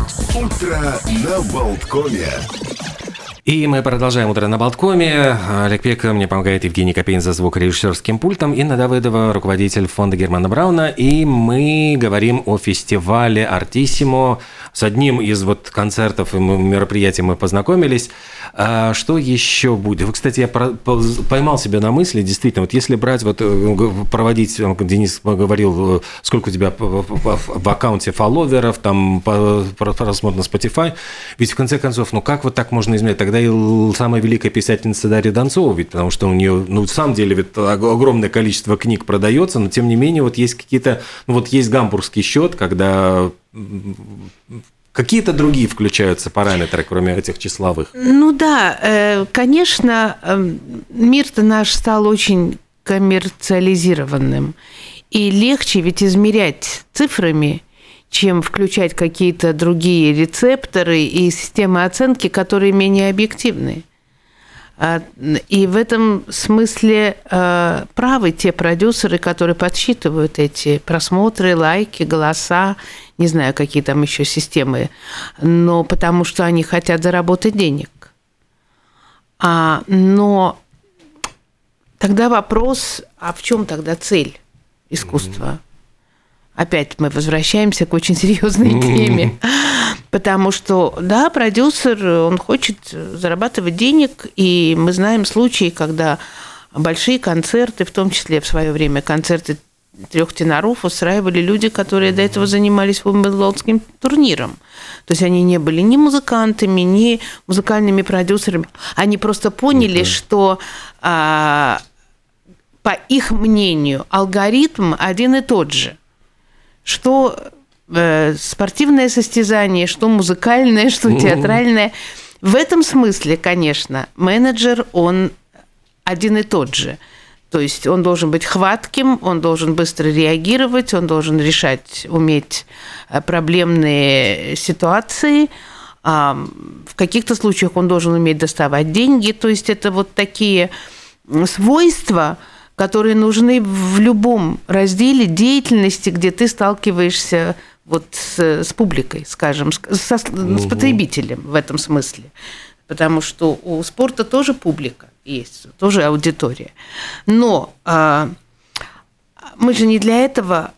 Утро на Болткоме. И мы продолжаем «Утро на Болткоме». Олег Пек, мне помогает Евгений Копейн за звукорежиссерским пультом, Инна Давыдова, руководитель фонда Германа Брауна. И мы говорим о фестивале «Артиссимо». С одним из концертов и мероприятий мы познакомились. Что еще будет? Вы, кстати, я поймал себя на мысли, действительно, если брать, проводить, Денис говорил, сколько у тебя в аккаунте фолловеров, там, просмотр на Spotify, ведь в конце концов, как так можно измерять? Тогда и самая великая писательница Дарья Донцова, ведь, потому что у нее, в самом деле, ведь огромное количество книг продается, но тем не менее, есть какие-то, есть гамбургский счет, когда какие-то другие включаются параметры, кроме этих числовых. Конечно, мир-то наш стал очень коммерциализированным, и легче ведь измерять цифрами, чем включать какие-то другие рецепторы и системы оценки, которые менее объективны. И в этом смысле правы те продюсеры, которые подсчитывают эти просмотры, лайки, голоса, не знаю, какие там еще системы, но потому что они хотят заработать денег. Но тогда вопрос, а в чем тогда цель искусства? Опять мы возвращаемся к очень серьезной теме, потому что, да, продюсер, он хочет зарабатывать денег, и мы знаем случаи, когда большие концерты, в том числе в свое время концерты 3 теноров, устраивали люди, которые до этого занимались Уимблдонским турниром. То есть они не были ни музыкантами, ни музыкальными продюсерами. Они просто поняли, что, по их мнению, алгоритм один и тот же. Что спортивное состязание, что музыкальное, что театральное. В этом смысле, конечно, менеджер, он один и тот же. То есть он должен быть хватким, он должен быстро реагировать, он должен уметь проблемные ситуации. В каких-то случаях он должен уметь доставать деньги. То есть это такие свойства, которые нужны в любом разделе деятельности, где ты сталкиваешься с публикой, скажем, с потребителем в этом смысле. Потому что у спорта тоже публика есть, тоже аудитория. Но мы же не для этого,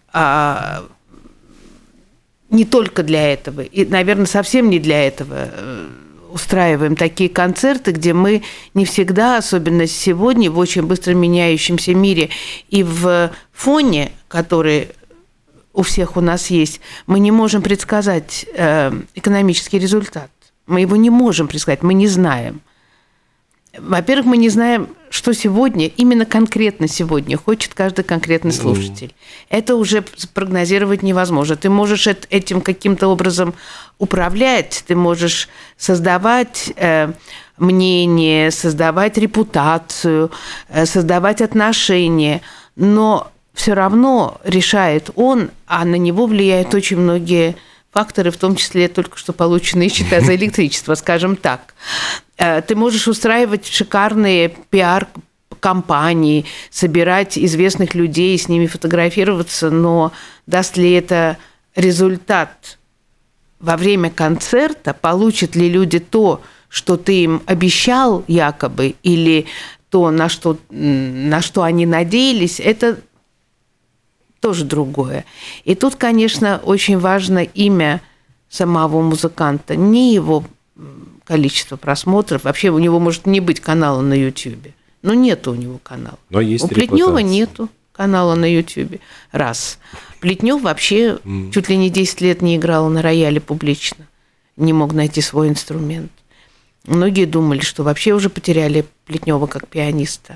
не только для этого, и, наверное, совсем не для этого устраиваем такие концерты, где мы не всегда, особенно сегодня, в очень быстро меняющемся мире и в фоне, который у всех у нас есть, мы не можем предсказать экономический результат. Мы его не можем предсказать, мы не знаем. Во-первых, мы не знаем, что сегодня, именно конкретно сегодня, хочет каждый конкретный слушатель. Это уже прогнозировать невозможно. Ты можешь этим каким-то образом управлять, ты можешь создавать мнение, создавать репутацию, создавать отношения, но все равно решает он, а на него влияют очень многие факторы, в том числе только что полученные счета за электричество, скажем так. Ты можешь устраивать шикарные пиар-компании, собирать известных людей, с ними фотографироваться, но даст ли это результат во время концерта? Получат ли люди то, что ты им обещал якобы, или то, на что они надеялись? Это тоже другое. И тут, конечно, очень важно имя самого музыканта, не его количество просмотров. Вообще у него может не быть канала на Ютьюбе. Но нету у него канала. Но есть у Плетнева нету канала на Ютьюбе. Раз. Плетнев вообще чуть ли не 10 лет не играл на рояле публично. Не мог найти свой инструмент. Многие думали, что вообще уже потеряли Плетнева как пианиста.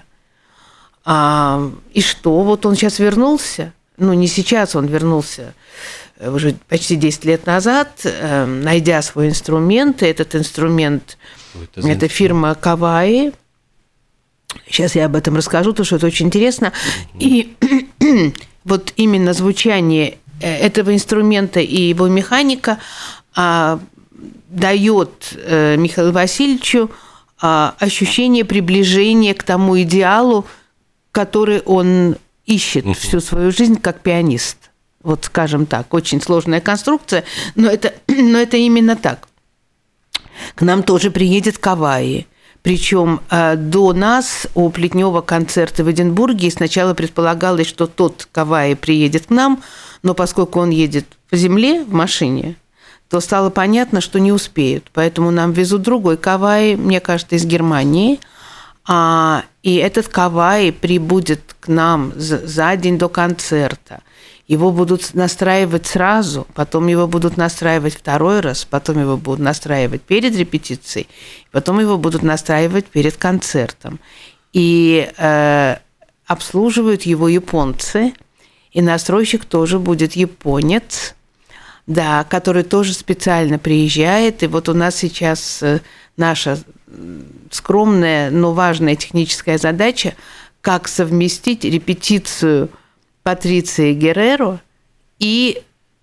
И что? Вот он сейчас вернулся. Не сейчас, он вернулся уже почти 10 лет назад, найдя свой инструмент. И этот инструмент – это фирма Каваи. Сейчас я об этом расскажу, потому что это очень интересно. И вот именно звучание этого инструмента и его механика дает Михаилу Васильевичу ощущение приближения к тому идеалу, который он ищет всю свою жизнь как пианист. Вот скажем так, очень сложная конструкция, но это именно так. К нам тоже приедет Каваи. Причем до нас у Плетнева концерты в Эдинбурге, и сначала предполагалось, что тот Каваи приедет к нам, но поскольку он едет по земле в машине, то стало понятно, что не успеют. Поэтому нам везут другой Каваи, мне кажется, из Германии. И этот Каваи прибудет к нам за день до концерта. Его будут настраивать сразу, потом его будут настраивать второй раз, потом его будут настраивать перед репетицией, потом его будут настраивать перед концертом. И обслуживают его японцы, и настройщик тоже будет японец, да, который тоже специально приезжает. И вот у нас сейчас наша скромная, но важная техническая задача, как совместить репетицию Патриции Герреро и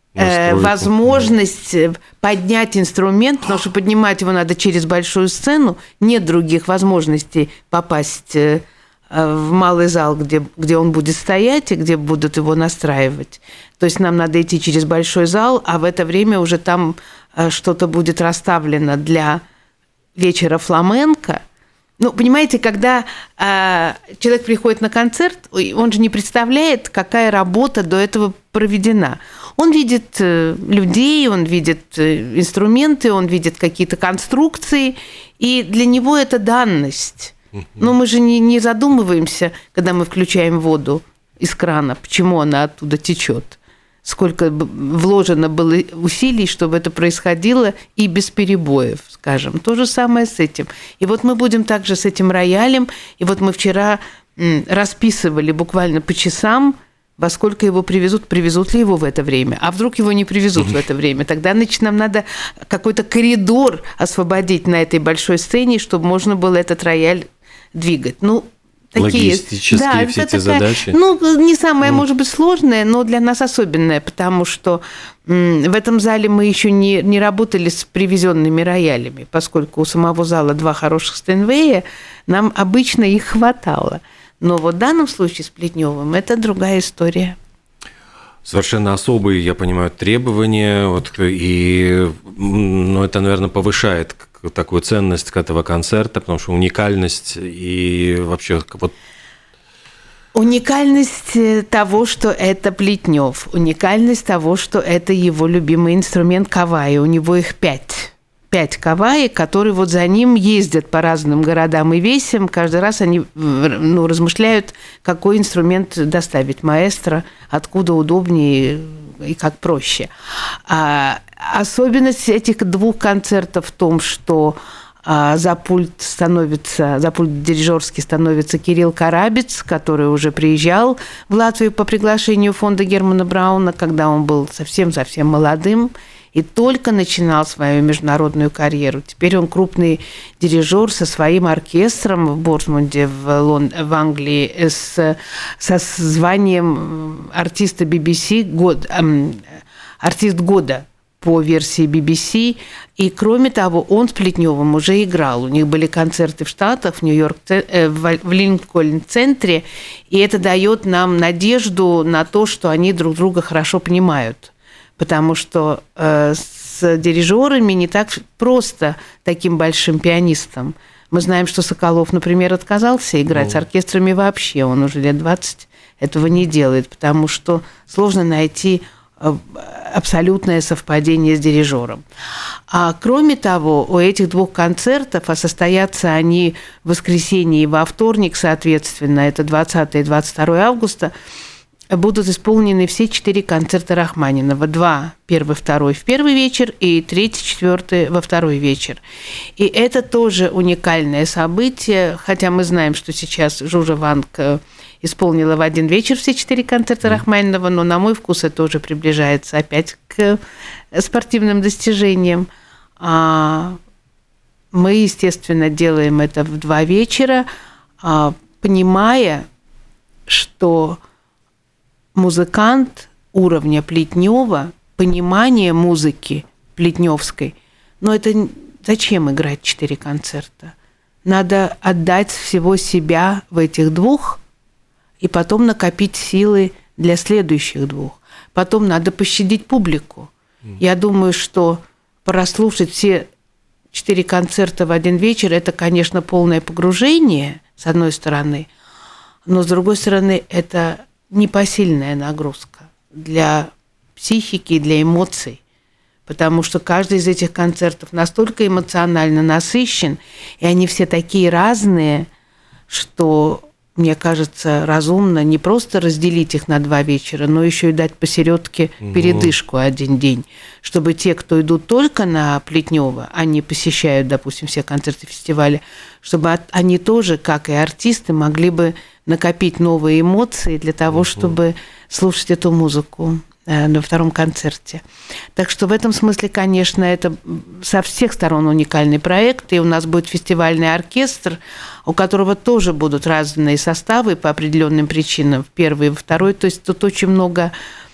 возможность поднять инструмент, потому что поднимать его надо через большую сцену, нет других возможностей попасть в малый зал, где он будет стоять и где будут его настраивать. То есть нам надо идти через большой зал, а в это время уже там что-то будет расставлено для вечера фламенко. Ну, понимаете, когда человек приходит на концерт, он же не представляет, какая работа до этого проведена. Он видит людей, он видит инструменты, он видит какие-то конструкции, и для него это данность. Но мы же не задумываемся, когда мы включаем воду из крана, почему она оттуда течет. Сколько вложено было усилий, чтобы это происходило и без перебоев, скажем. То же самое с этим. И вот мы будем также с этим роялем. И вот мы вчера расписывали буквально по часам, во сколько его привезут ли его в это время. А вдруг его не привезут в это время? Тогда, значит, нам надо какой-то коридор освободить на этой большой сцене, чтобы можно было этот рояль двигать. Ну, такие, логистические все эти задачи. Ну, не самое, может быть, сложное, но для нас особенное, потому что в этом зале мы еще не работали с привезенными роялями, поскольку у самого зала 2 хороших Стейнвея, нам обычно их хватало. Но вот в данном случае с Плетневым это другая история. Совершенно особые, я понимаю, требования, и это, наверное, повышает такую ценность этого концерта, потому что уникальность и вообще вот... Уникальность того, что это Плетнев, уникальность того, что это его любимый инструмент Каваи, у него их 5 Каваи, которые вот за ним ездят по разным городам и весям. Каждый раз они размышляют, какой инструмент доставить маэстро, откуда удобнее и как проще. Особенность этих 2 концертов в том, что за пульт дирижерский становится Кирилл Карабец, который уже приезжал в Латвию по приглашению фонда Германа Брауна, когда он был совсем-совсем молодым и только начинал свою международную карьеру. Теперь он крупный дирижер со своим оркестром в Бортмунде, в Англии, со званием артиста BBC, артист года по версии BBC. И, кроме того, он с Плетневым уже играл. У них были концерты в Штатах, в Нью-Йорк, в Линкольн-центре, и это дает нам надежду на то, что они друг друга хорошо понимают. Потому что с дирижерами не так просто таким большим пианистом. Мы знаем, что Соколов, например, отказался играть с оркестрами вообще. Он уже лет 20 этого не делает, потому что сложно найти абсолютное совпадение с дирижером. А кроме того, у этих 2 концертов, а состоятся они в воскресенье и во вторник, соответственно, это 20 и 22 августа, будут исполнены все 4 концерта Рахманинова. 2, 1, 2 в первый вечер и 3, 4 во второй вечер. И это тоже уникальное событие, хотя мы знаем, что сейчас Жужа Ванг исполнила в один вечер все 4 концерта Рахманинова, но на мой вкус это уже приближается опять к спортивным достижениям. Мы, естественно, делаем это в 2 вечера, понимая, что музыкант уровня Плетнева, понимание музыки плетневской, но это зачем играть 4 концерта? Надо отдать всего себя в этих 2 и потом накопить силы для следующих 2. потом надо пощадить публику. Я думаю, что прослушать все 4 концерта в один вечер – это, конечно, полное погружение, с одной стороны, но, с другой стороны, это непосильная нагрузка для психики и для эмоций, потому что каждый из этих концертов настолько эмоционально насыщен, и они все такие разные, что, мне кажется, разумно не просто разделить их на 2 вечера, но еще и дать посередке передышку один день, чтобы те, кто идут только на Плетнева, они посещают, допустим, все концерты фестиваля, чтобы они тоже, как и артисты, могли бы накопить новые эмоции для того, чтобы слушать эту музыку на 2-м концерте. Так что в этом смысле, конечно, это со всех сторон уникальный проект, и у нас будет фестивальный оркестр, у которого тоже будут разные составы по определенным причинам, в 1-й и во 2-й, то есть тут очень много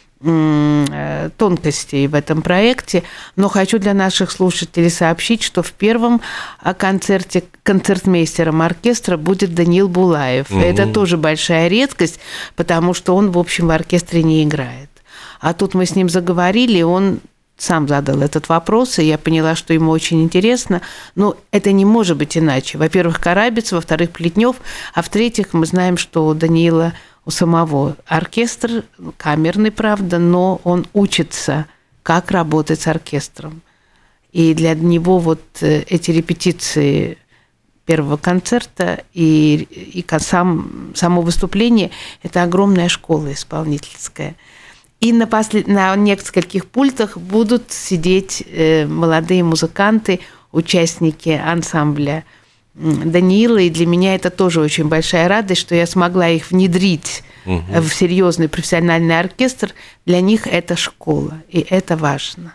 тонкостей в этом проекте, но хочу для наших слушателей сообщить, что в 1-м концерте концертмейстером оркестра будет Даниил Булаев. Это тоже большая редкость, потому что он, в общем, в оркестре не играет. А тут мы с ним заговорили, и он сам задал этот вопрос, и я поняла, что ему очень интересно. Но это не может быть иначе. Во-первых, Карабец, во-вторых, Плетнев, а в-третьих, мы знаем, что у Даниила у самого оркестр, камерный, правда, но он учится, как работать с оркестром. И для него вот эти репетиции 1-го концерта и само выступление – это огромная школа исполнительская. И на нескольких пультах будут сидеть молодые музыканты, участники ансамбля Даниила, и для меня это тоже очень большая радость, что я смогла их внедрить в серьезный профессиональный оркестр. Для них это школа, и это важно.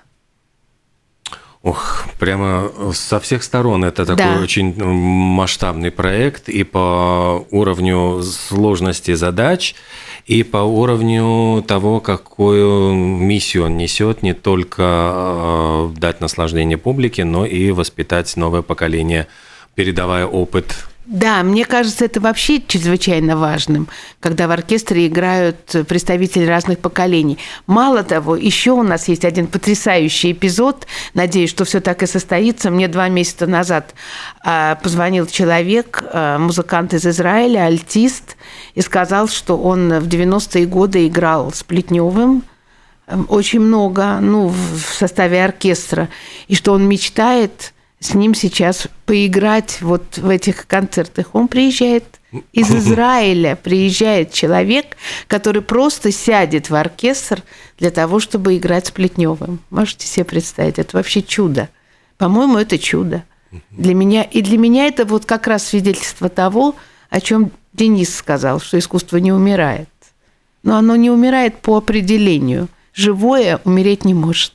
Ох, прямо со всех сторон это такой очень масштабный проект и по уровню сложности задач, и по уровню того, какую миссию он несет, не только дать наслаждение публике, но и воспитать новое поколение, передавая опыт. Да, мне кажется, это вообще чрезвычайно важным, когда в оркестре играют представители разных поколений. Мало того, еще у нас есть один потрясающий эпизод, надеюсь, что все так и состоится. Мне 2 месяца назад позвонил человек, музыкант из Израиля, альтист, и сказал, что он в 90-е годы играл с Плетневым очень много, в составе оркестра, и что он мечтает с ним сейчас поиграть вот в этих концертах. Он приезжает из Израиля, приезжает человек, который просто сядет в оркестр для того, чтобы играть с Плетневым. Можете себе представить, это вообще чудо. По-моему, это чудо. Для меня это вот как раз свидетельство того, о чем Денис сказал, что искусство не умирает. Но оно не умирает по определению. Живое умереть не может.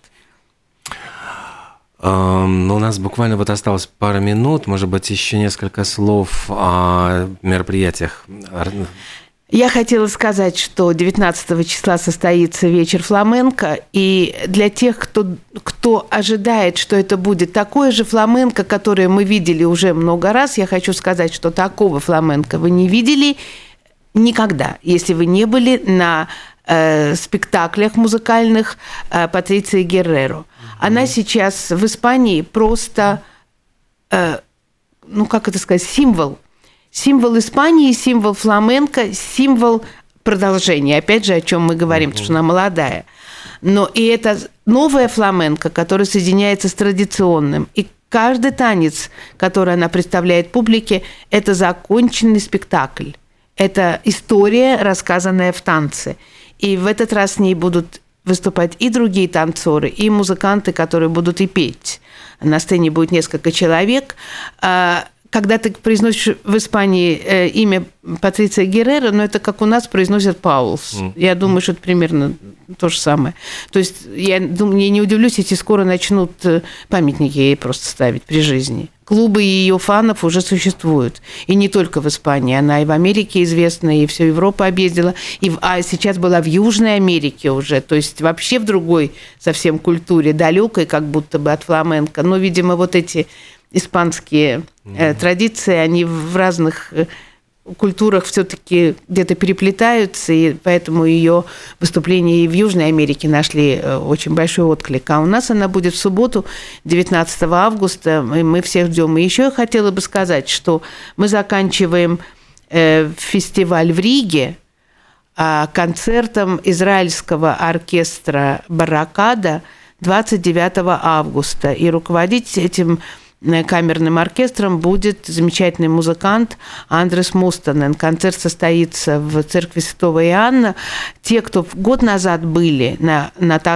Но у нас буквально вот осталось пара минут, может быть, еще несколько слов о мероприятиях. Я хотела сказать, что 19 числа состоится вечер фламенко, и для тех, кто ожидает, что это будет такое же фламенко, которое мы видели уже много раз, я хочу сказать, что такого фламенко вы не видели никогда, если вы не были на спектаклях музыкальных Патриции Герреро. Она сейчас в Испании просто, символ. Символ Испании, символ фламенко, символ продолжения. Опять же, о чем мы говорим, потому что она молодая. Но и это новая фламенко, которая соединяется с традиционным. И каждый танец, который она представляет публике, это законченный спектакль. Это история, рассказанная в танце. И в этот раз с ней будут выступать и другие танцоры, и музыканты, которые будут и петь. На сцене будет несколько человек. Когда ты произносишь в Испании имя Патриция Герреро, это как у нас произносят Паулс. Я думаю, что это примерно то же самое. То есть я не удивлюсь, если скоро начнут памятники ей просто ставить при жизни. Клубы ее фанов уже существуют. И не только в Испании. Она и в Америке известна, и всю Европу объездила. А сейчас была в Южной Америке уже. То есть вообще в другой совсем культуре, далекой как будто бы от фламенко. Но, видимо, вот эти испанские традиции, они в разных культурах все-таки где-то переплетаются, и поэтому ее выступления и в Южной Америке нашли очень большой отклик. А у нас она будет в субботу, 19 августа, и мы всех ждем. И еще я хотела бы сказать, что мы заканчиваем фестиваль в Риге концертом израильского оркестра «Барракада» 29 августа. И руководить этим камерным оркестром будет замечательный музыкант Андрес Мустонен. Концерт состоится в церкви Святого Иоанна. Те, кто год назад были на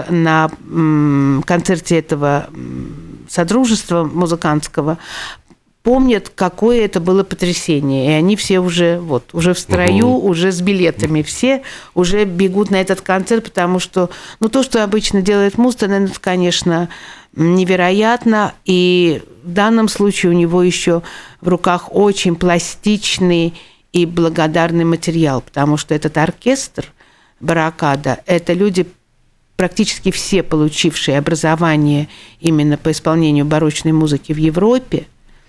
концерте этого содружества музыкантского, помнят, какое это было потрясение. И они все уже в строю, уже с билетами. Все уже бегут на этот концерт, потому что то, что обычно делает Мустонен, это, конечно, невероятно. И в данном случае у него еще в руках очень пластичный и благодарный материал, потому что этот оркестр «Барракада» – это люди, практически все получившие образование именно по исполнению барочной музыки в Европе.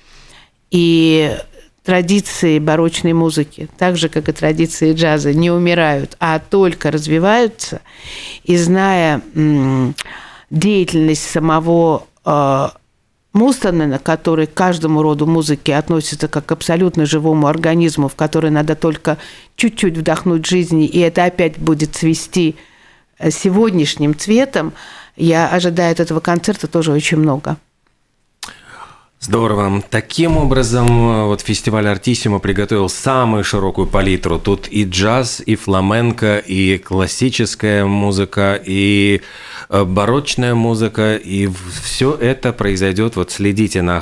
И традиции барочной музыки, так же, как и традиции джаза, не умирают, а только развиваются. И зная деятельность самого Мустонена, который к каждому роду музыки относится как к абсолютно живому организму, в который надо только чуть-чуть вдохнуть жизни, и это опять будет цвести сегодняшним цветом, я ожидаю от этого концерта тоже очень много. Здорово. Таким образом, фестиваль «Артиссимо» приготовил самую широкую палитру. Тут и джаз, и фламенко, и классическая музыка, и барочная музыка, и все это произойдет. Следите на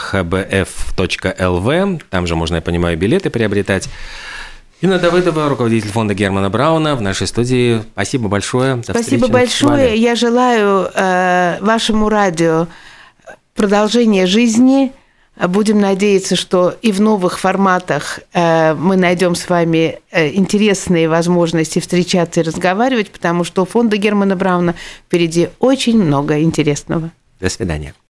hbf.lv, там же можно, я понимаю, билеты приобретать. Инна Давыдова, руководитель фонда Германа Брауна, в нашей студии. Спасибо большое. Спасибо большое. Я желаю вашему радио продолжения жизни. Будем надеяться, что и в новых форматах мы найдем с вами интересные возможности встречаться и разговаривать, потому что у фонда Германа Брауна впереди очень много интересного. До свидания.